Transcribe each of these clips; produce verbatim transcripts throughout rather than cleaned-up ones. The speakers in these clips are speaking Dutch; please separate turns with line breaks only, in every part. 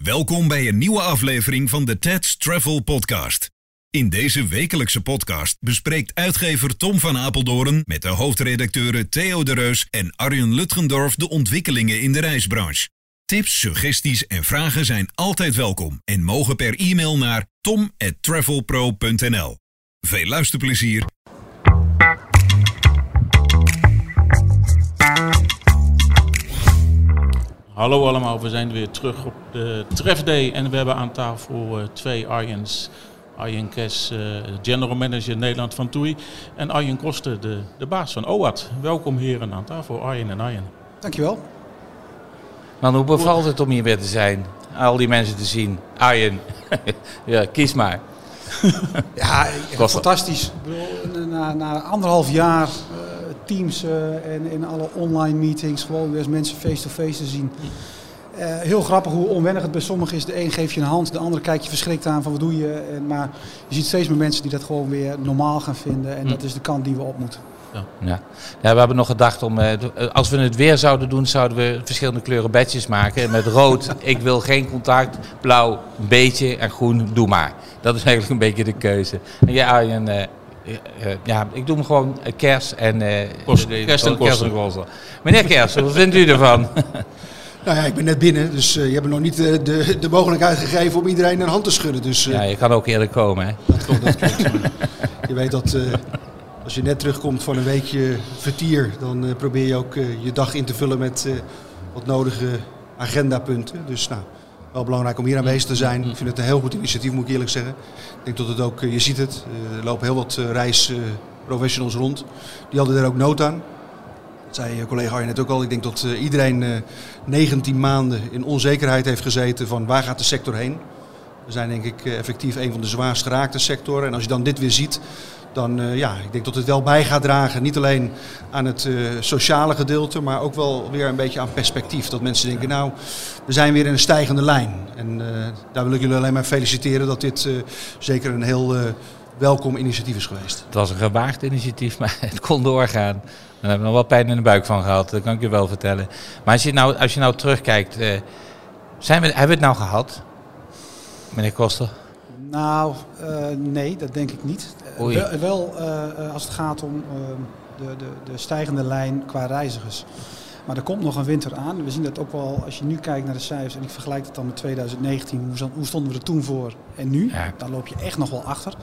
Welkom bij een nieuwe aflevering van de Ted's Travel Podcast. In deze wekelijkse podcast bespreekt uitgever Tom van Apeldoorn met de hoofdredacteuren Theo de Reus en Arjen Lutgendorf de ontwikkelingen in de reisbranche. Tips, suggesties en vragen zijn altijd welkom en mogen per e-mail naar tom at travelpro punt n l. Veel luisterplezier.
Hallo allemaal, we zijn weer terug op de Trefday en we hebben aan tafel uh, twee Arjens. Arjen Kes, uh, General Manager Nederland van T U I en Arjen Koster, de, de baas van O A T. Welkom heren aan tafel, Arjen en Arjen.
Dankjewel.
Man, hoe bevalt het om hier weer te zijn? Al die mensen te zien. Arjen, ja, kies maar.
Ja, fantastisch. Ik bedoel, na, na anderhalf jaar uh, Teams uh, en, en alle online meetings, gewoon weer eens mensen face-to-face te zien. Uh, heel grappig hoe onwennig het bij sommigen is. De een geeft je een hand, de andere kijkt je verschrikt aan van wat doe je. En, maar je ziet steeds meer mensen die dat gewoon weer normaal gaan vinden. En dat is de kant die we op moeten.
Ja. Ja. Ja, we hebben nog gedacht om, uh, als we het weer zouden doen, zouden we verschillende kleuren badges maken. Met rood, ik wil geen contact, blauw, een beetje en groen, doe maar. Dat is eigenlijk een beetje de keuze. En ja, Arjen, uh, uh, uh, ja, ik doe hem gewoon uh, Kers en uh,
Kost, de, Kers en
Koster. Meneer Kers, wat vindt u ervan?
Nou ja, ik ben net binnen, dus uh, je hebt me nog niet uh, de, de mogelijkheid gegeven om iedereen een hand te schudden. Dus, uh,
ja, je kan ook eerder komen, hè?
Dat klopt, dat klopt. Je weet dat uh, als je net terugkomt van een weekje vertier, dan uh, probeer je ook uh, je dag in te vullen met uh, wat nodige agendapunten. Dus nou, wel belangrijk om hier aanwezig te zijn. Ik vind het een heel goed initiatief, moet ik eerlijk zeggen. Ik denk dat het ook, uh, je ziet het, uh, er lopen heel wat uh, reisprofessionals uh, rond. Die hadden er ook nood aan. Dat zei collega Arjen net ook al. Ik denk dat uh, iedereen uh, negentien maanden in onzekerheid heeft gezeten van waar gaat de sector heen. We zijn denk ik uh, effectief een van de zwaarst geraakte sectoren. En als je dan dit weer ziet, dan uh, ja, ik denk dat het wel bij gaat dragen. Niet alleen aan het uh, sociale gedeelte, maar ook wel weer een beetje aan perspectief. Dat mensen denken, nou, we zijn weer in een stijgende lijn. En uh, daar wil ik jullie alleen maar feliciteren dat dit uh, zeker een heel uh, welkom initiatief is geweest.
Het was een gewaagd initiatief, maar het kon doorgaan. Daar hebben we nog wel pijn in de buik van gehad, dat kan ik je wel vertellen. Maar als je nou, als je nou terugkijkt, uh, zijn we, hebben we het nou gehad, meneer Koster?
Nou, uh, nee, dat denk ik niet.
Oei.
Wel, wel uh, als het gaat om uh, de, de, de stijgende lijn qua reizigers. Maar er komt nog een winter aan. We zien dat ook wel, als je nu kijkt naar de cijfers, en ik vergelijk het dan met twintig negentien, hoe, hoe stonden we er toen voor en nu?
Ja.
Dan loop je echt nog wel achter.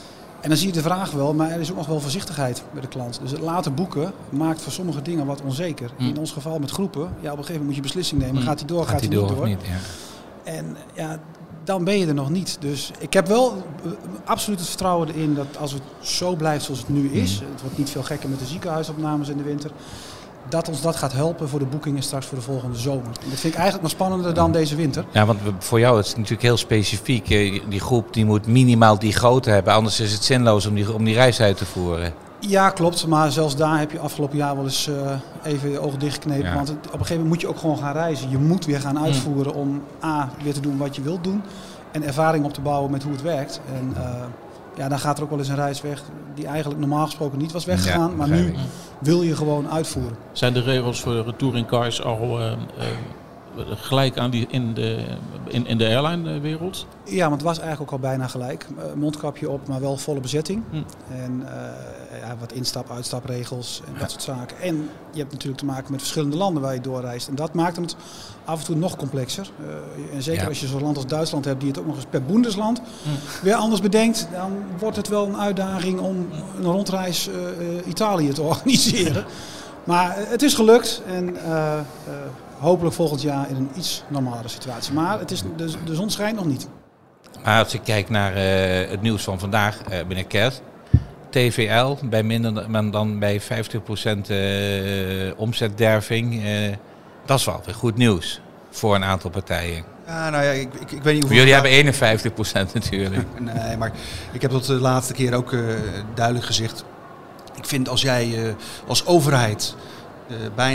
En dan zie je de vraag wel, maar er is ook nog wel voorzichtigheid bij de klant. Dus het laten boeken maakt voor sommige dingen wat onzeker. Mm. In ons geval met groepen, ja, op een gegeven moment moet je beslissing nemen. Mm. Gaat hij door, gaat, gaat hij door, niet door? Niet, ja. En ja, dan ben je er nog niet. Dus ik heb wel uh, absoluut het vertrouwen erin dat als het zo blijft zoals het nu is, mm. het wordt niet veel gekker met de ziekenhuisopnames in de winter, dat ons dat gaat helpen voor de boekingen straks voor de volgende zomer. En dat vind ik eigenlijk nog spannender dan deze winter.
Ja, want voor jou is het natuurlijk heel specifiek. Die groep die moet minimaal die grootte hebben. Anders is het zinloos om die, om die reis uit te voeren.
Ja, klopt. Maar zelfs daar heb je afgelopen jaar wel eens uh, even de ogen dichtgeknepen. Ja. Want het, op een gegeven moment moet je ook gewoon gaan reizen. Je moet weer gaan uitvoeren mm. om A, weer te doen wat je wilt doen. En ervaring op te bouwen met hoe het werkt. En uh, ja, dan gaat er ook wel eens een reis weg die eigenlijk normaal gesproken niet was weggegaan. Ja, maar nu wil je gewoon uitvoeren.
Zijn de regels voor touringcars al uh, uh, gelijk aan die in de, in, in de airline-wereld?
Ja, want het was eigenlijk ook al bijna gelijk. Uh, mondkapje op, maar wel volle bezetting. Hm. En uh, ja, wat instap- uitstapregels en dat soort zaken. En je hebt natuurlijk te maken met verschillende landen waar je doorreist. En dat maakt het af en toe nog complexer. Uh, en zeker ja. als je zo'n land als Duitsland hebt die het ook nog eens per Bundesland hm. weer anders bedenkt. Dan wordt het wel een uitdaging om een rondreis uh, uh, Italië te organiseren. Maar uh, het is gelukt en uh, uh, hopelijk volgend jaar in een iets normalere situatie. Maar het is, de, de zon schijnt nog niet.
Maar als ik kijk naar uh, het nieuws van vandaag, uh, meneer Kers, T V L bij minder dan bij vijftig procent uh, omzetderving, uh, dat is wel weer goed nieuws voor een aantal partijen.
Ja, nou ja, ik, ik, ik weet niet hoeveel...
Jullie hebben eenenvijftig procent natuurlijk.
Nee, maar ik heb dat de laatste keer ook uh, duidelijk gezegd. Ik vind als jij uh, als overheid uh, bijna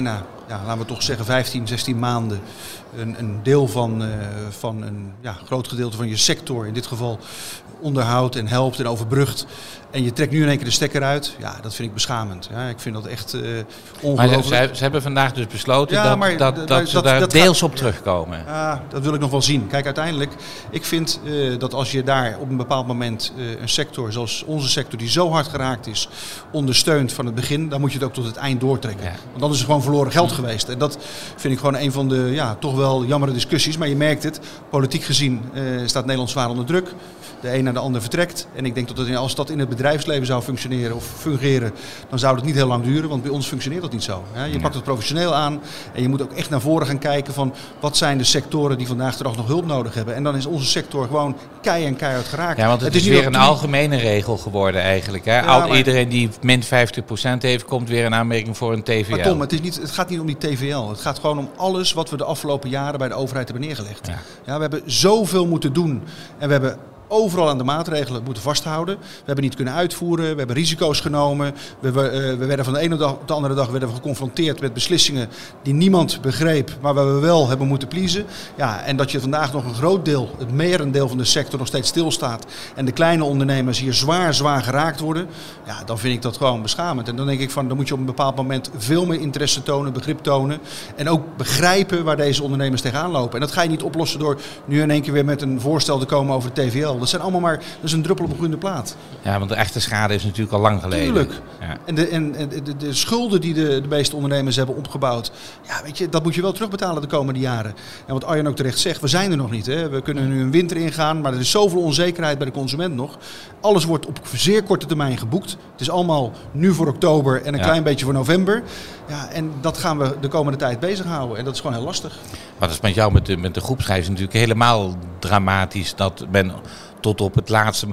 ja, laten we toch zeggen vijftien, zestien maanden een, een deel van, uh, van een ja, groot gedeelte van je sector, in dit geval onderhoudt en helpt en overbrugt. En je trekt nu in één keer de stekker uit. Ja, dat vind ik beschamend. Ja, ik vind dat echt uh, ongelooflijk.
Maar ze, ze hebben vandaag dus besloten
ja,
dat,
maar,
dat, dat,
dat
ze
dat,
daar
dat
deels
gaat,
op terugkomen.
Ja, dat wil ik nog wel zien. Kijk, uiteindelijk, ik vind uh, dat als je daar op een bepaald moment uh, een sector zoals onze sector, die zo hard geraakt is, ondersteunt van het begin, dan moet je het ook tot het eind doortrekken. Ja. Want dan is het gewoon verloren geld geweest. En dat vind ik gewoon een van de ja, toch wel jammere discussies. Maar je merkt het, politiek gezien uh, staat Nederland zwaar onder druk. De een naar de ander vertrekt. En ik denk dat het, als dat in het bedrijfsleven zou functioneren of fungeren, dan zou het niet heel lang duren. Want bij ons functioneert dat niet zo. Je pakt het professioneel aan en je moet ook echt naar voren gaan kijken van wat zijn de sectoren die vandaag de dag nog hulp nodig hebben. En dan is onze sector gewoon kei en keihard geraakt.
Ja, want het, het is, is weer een toen... algemene regel geworden eigenlijk. Hè? Ja, Al, maar... Iedereen die min vijftig procent heeft, komt weer in aanmerking voor een T V L.
Maar Tom, het, is niet, het gaat niet om die T V L. Het gaat gewoon om alles wat we de afgelopen jaren bij de overheid hebben neergelegd. Ja. Ja, we hebben zoveel moeten doen en we hebben overal aan de maatregelen moeten vasthouden. We hebben niet kunnen uitvoeren, we hebben risico's genomen. We, we, uh, we werden van de ene dag op de andere dag werden we geconfronteerd met beslissingen die niemand begreep, maar waar we wel hebben moeten pleasen. Ja, en dat je vandaag nog een groot deel, het merendeel van de sector nog steeds stilstaat en de kleine ondernemers hier zwaar, zwaar geraakt worden. Ja, dan vind ik dat gewoon beschamend. En dan denk ik van, dan moet je op een bepaald moment veel meer interesse tonen, begrip tonen en ook begrijpen waar deze ondernemers tegenaan lopen. En dat ga je niet oplossen door nu in één keer weer met een voorstel te komen over de T V L. Dat zijn allemaal maar, dat is een druppel op een groene plaat.
Ja, want de echte schade is natuurlijk al lang geleden.
Tuurlijk.
Ja.
En, de, en de, de, de schulden die de, de meeste ondernemers hebben opgebouwd, ja, weet je, dat moet je wel terugbetalen de komende jaren. En wat Arjen ook terecht zegt, we zijn er nog niet. Hè. We kunnen nu een winter ingaan, maar er is zoveel onzekerheid bij de consument nog. Alles wordt op zeer korte termijn geboekt. Het is allemaal nu voor oktober en een ja. klein beetje voor november. Ja, en dat gaan we de komende tijd bezighouden. En dat is gewoon heel lastig.
Maar dat is met jou met de, met de groepsreis natuurlijk helemaal dramatisch. Dat men tot op het laatste...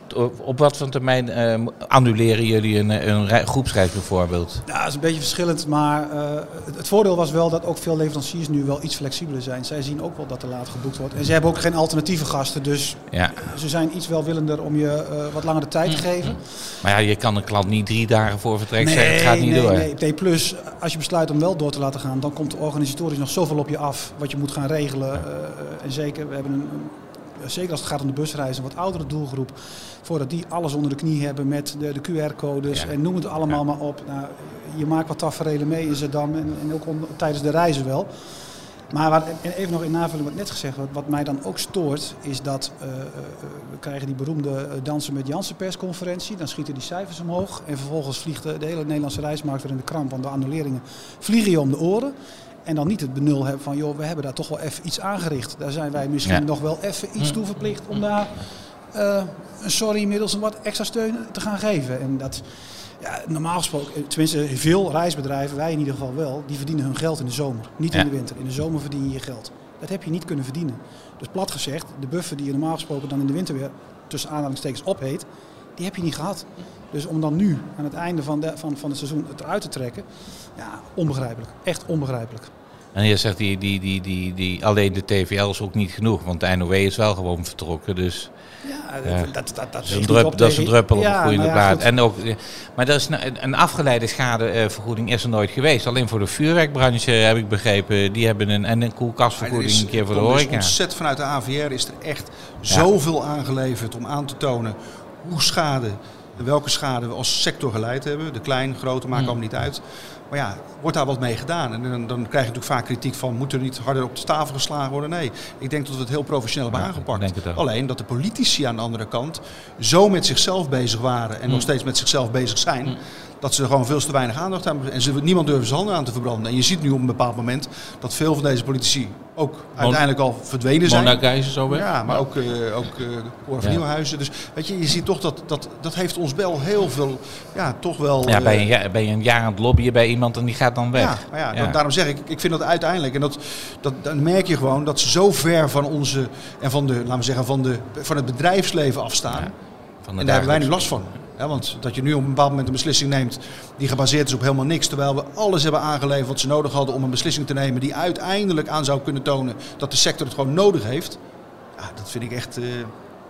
Op wat voor termijn uh, annuleren jullie een, een groepsreis bijvoorbeeld?
Ja, dat is een beetje verschillend. Maar uh, het, het voordeel was wel dat ook veel leveranciers nu wel iets flexibeler zijn. Zij zien ook wel dat er laat geboekt wordt. En ze hebben ook geen alternatieve gasten. Dus ja. ze zijn iets welwillender om je uh, wat langer de tijd te geven.
Maar ja, je kan een klant niet drie dagen voor vertrek
nee,
zeggen, het gaat niet
nee,
door.
Nee, T plus, als je besluit om wel door te laten gaan, dan komt er organisatorisch nog zoveel op je af. Wat je moet gaan regelen. Uh, en zeker, we hebben een... een zeker als het gaat om de busreizen, een wat oudere doelgroep. Voordat die alles onder de knie hebben met de, de Q R-codes ja. en noem het allemaal ja. maar op. Nou, je maakt wat taferelen mee in Zeddam en, en ook on, tijdens de reizen wel. Maar wat, even nog in navulling wat net gezegd wordt, wat mij dan ook stoort, is dat uh, uh, we krijgen die beroemde uh, Dansen met Jansen persconferentie. Dan schieten die cijfers omhoog en vervolgens vliegt de, de hele Nederlandse reismarkt weer in de kramp, want de annuleringen vliegen je om de oren. En dan niet het benul hebben van, joh, we hebben daar toch wel even iets aangericht. Daar zijn wij misschien ja. nog wel even iets toe verplicht om daar uh, een sorry middels een wat extra steun te gaan geven. En dat, ja, normaal gesproken, tenminste veel reisbedrijven, wij in ieder geval wel, die verdienen hun geld in de zomer. Niet ja. in de winter. In de zomer verdien je je geld. Dat heb je niet kunnen verdienen. Dus plat gezegd, de buffer die je normaal gesproken dan in de winter weer tussen aanhalingstekens opheet, die heb je niet gehad. Dus om dan nu aan het einde van, de, van, van het seizoen het eruit te trekken, ja, onbegrijpelijk. Echt onbegrijpelijk.
En je zegt, die, die, die, die, die, alleen de T V L is ook niet genoeg, want de N O W is wel gewoon vertrokken. Dus,
ja, ja, dat, dat, dat, dat, is
een drup, dat is een druppel op ja, een goede ja, plaat. En ook, maar dat is een, een afgeleide schadevergoeding is er nooit geweest. Alleen voor de vuurwerkbranche heb ik begrepen, die hebben een, en een koelkastvergoeding is, een keer voor de horeca.
Er is ontzettend vanuit de A V R is er echt ja. zoveel aangeleverd om aan te tonen hoe schade, welke schade we als sector geleid hebben. De klein, grote, maakt allemaal niet uit. Maar ja, wordt daar wat mee gedaan? En dan, dan krijg je natuurlijk vaak kritiek van, moet er niet harder op de tafel geslagen worden? Nee, ik denk dat we het heel professioneel hebben ja, aangepakt. Alleen dat de politici aan de andere kant zo met zichzelf bezig waren en mm. nog steeds met zichzelf bezig zijn, mm. dat ze er gewoon veel te weinig aandacht hebben. En ze, niemand durft zijn handen aan te verbranden. En je ziet nu op een bepaald moment dat veel van deze politici ook Mon- uiteindelijk al verdwenen zijn.
Mona Keijzer zo weg.
Ja, maar ook, uh, ook uh, Cor van ja. Nieuwenhuizen. Dus weet je, je ziet toch dat dat, dat heeft ons wel heel veel, ja, toch wel...
Ja, bij een, ja, ben je een jaar aan het lobbyen bij iemand en die gaat dan weg.
Ja, maar ja, ja. Dat, daarom zeg ik, ik vind dat uiteindelijk, en dat, dat, dan merk je gewoon dat ze zo ver van onze, en van de, laten we zeggen, van, de, van het bedrijfsleven afstaan. Ja, van en daar hebben wij nu last van. Ja, want dat je nu op een bepaald moment een beslissing neemt die gebaseerd is op helemaal niks. Terwijl we alles hebben aangeleverd wat ze nodig hadden om een beslissing te nemen die uiteindelijk aan zou kunnen tonen dat de sector het gewoon nodig heeft. Ja, dat vind ik echt... Uh,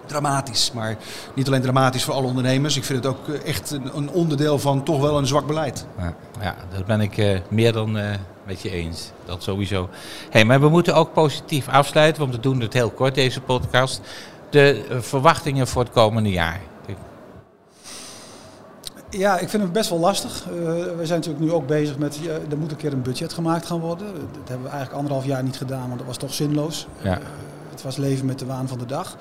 dramatisch. Maar niet alleen dramatisch voor alle ondernemers. Ik vind het ook echt een, een onderdeel van toch wel een zwak beleid.
Ja, ja dat ben ik uh, meer dan uh, met je eens. Dat sowieso. Hey, maar we moeten ook positief afsluiten, want we doen het heel kort, deze podcast. De uh, verwachtingen voor het komende jaar.
Ja, ik vind het best wel lastig. Uh, we zijn natuurlijk nu ook bezig met, uh, er moet een keer een budget gemaakt gaan worden. Dat hebben we eigenlijk anderhalf jaar niet gedaan, want dat was toch zinloos. Ja. Uh, het was leven met de waan van de dag.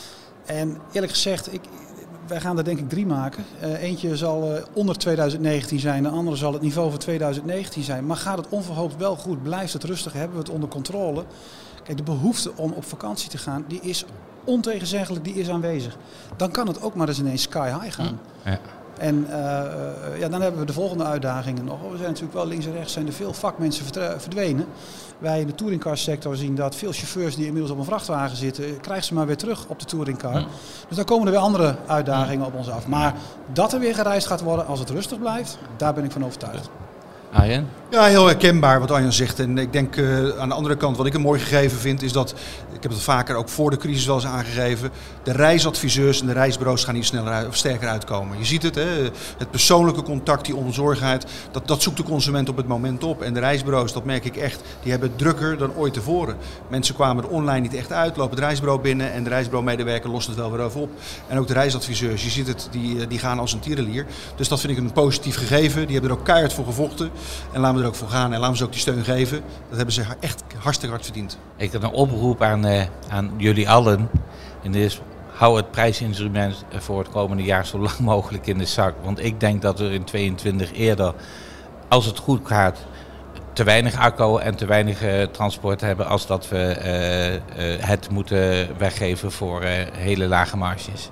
En eerlijk gezegd, ik, wij gaan er denk ik drie maken. Uh, eentje zal uh, onder twintig negentien zijn, de andere zal het niveau van twintig negentien zijn. Maar gaat het onverhoopt wel goed, blijft het rustig, hebben we het onder controle. Kijk, de behoefte om op vakantie te gaan, die is ontegenzeggelijk, die is aanwezig. Dan kan het ook maar eens ineens sky high gaan. Ja. En uh, ja, dan hebben we de volgende uitdagingen nog. We zijn natuurlijk wel links en rechts zijn er veel vakmensen verdwenen. Wij in de touringcarsector zien dat veel chauffeurs die inmiddels op een vrachtwagen zitten, krijgen ze maar weer terug op de touringcar. Mm. Dus dan komen er weer andere uitdagingen mm. op ons af. Maar dat er weer gereisd gaat worden als het rustig blijft, daar ben ik van overtuigd.
Arjen?
Ja, heel herkenbaar wat Arjen zegt. En ik denk uh, aan de andere kant, wat ik een mooi gegeven vind, is dat, ik heb het vaker ook voor de crisis wel eens aangegeven, de reisadviseurs en de reisbureaus gaan hier sneller uit, of sterker uitkomen. Je ziet het, hè, het persoonlijke contact, die onbezorgdheid, dat, dat zoekt de consument op het moment op. En de reisbureaus, dat merk ik echt, die hebben het drukker dan ooit tevoren. Mensen kwamen er online niet echt uit, lopen het reisbureau binnen en de reisbureau-medewerker lost het wel weer over op. En ook de reisadviseurs, je ziet het, die, die gaan als een tierenlier. Dus dat vind ik een positief gegeven. Die hebben er ook keihard voor gevochten. En laten we er ook voor gaan en laten we ze ook die steun geven. Dat hebben ze echt hartstikke hard verdiend.
Ik heb een oproep aan, uh, aan jullie allen. En dit is, hou het prijsinstrument voor het komende jaar zo lang mogelijk in de zak. Want ik denk dat we in tweeëntwintig eerder, als het goed gaat, te weinig akko en te weinig uh, transport hebben als dat we uh, uh, het moeten weggeven voor uh, hele lage marges.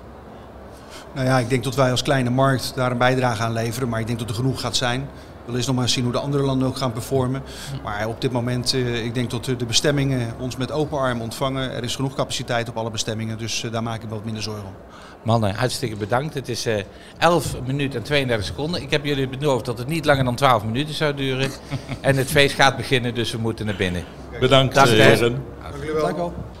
Nou ja, ik denk dat wij als kleine markt daar een bijdrage aan leveren. Maar ik denk dat er genoeg gaat zijn. We willen eens nog maar zien hoe de andere landen ook gaan performen. Maar op dit moment, uh, ik denk dat de bestemmingen ons met open armen ontvangen. Er is genoeg capaciteit op alle bestemmingen, dus uh, daar maak ik me wat minder zorgen om.
Mannen, hartstikke bedankt. Het is uh, elf minuten en tweeëndertig seconden. Ik heb jullie beloofd dat het niet langer dan twaalf minuten zou duren. En het feest gaat beginnen, dus we moeten naar binnen.
Bedankt.
Dag,
heren.
Dank jullie wel.
Dank wel.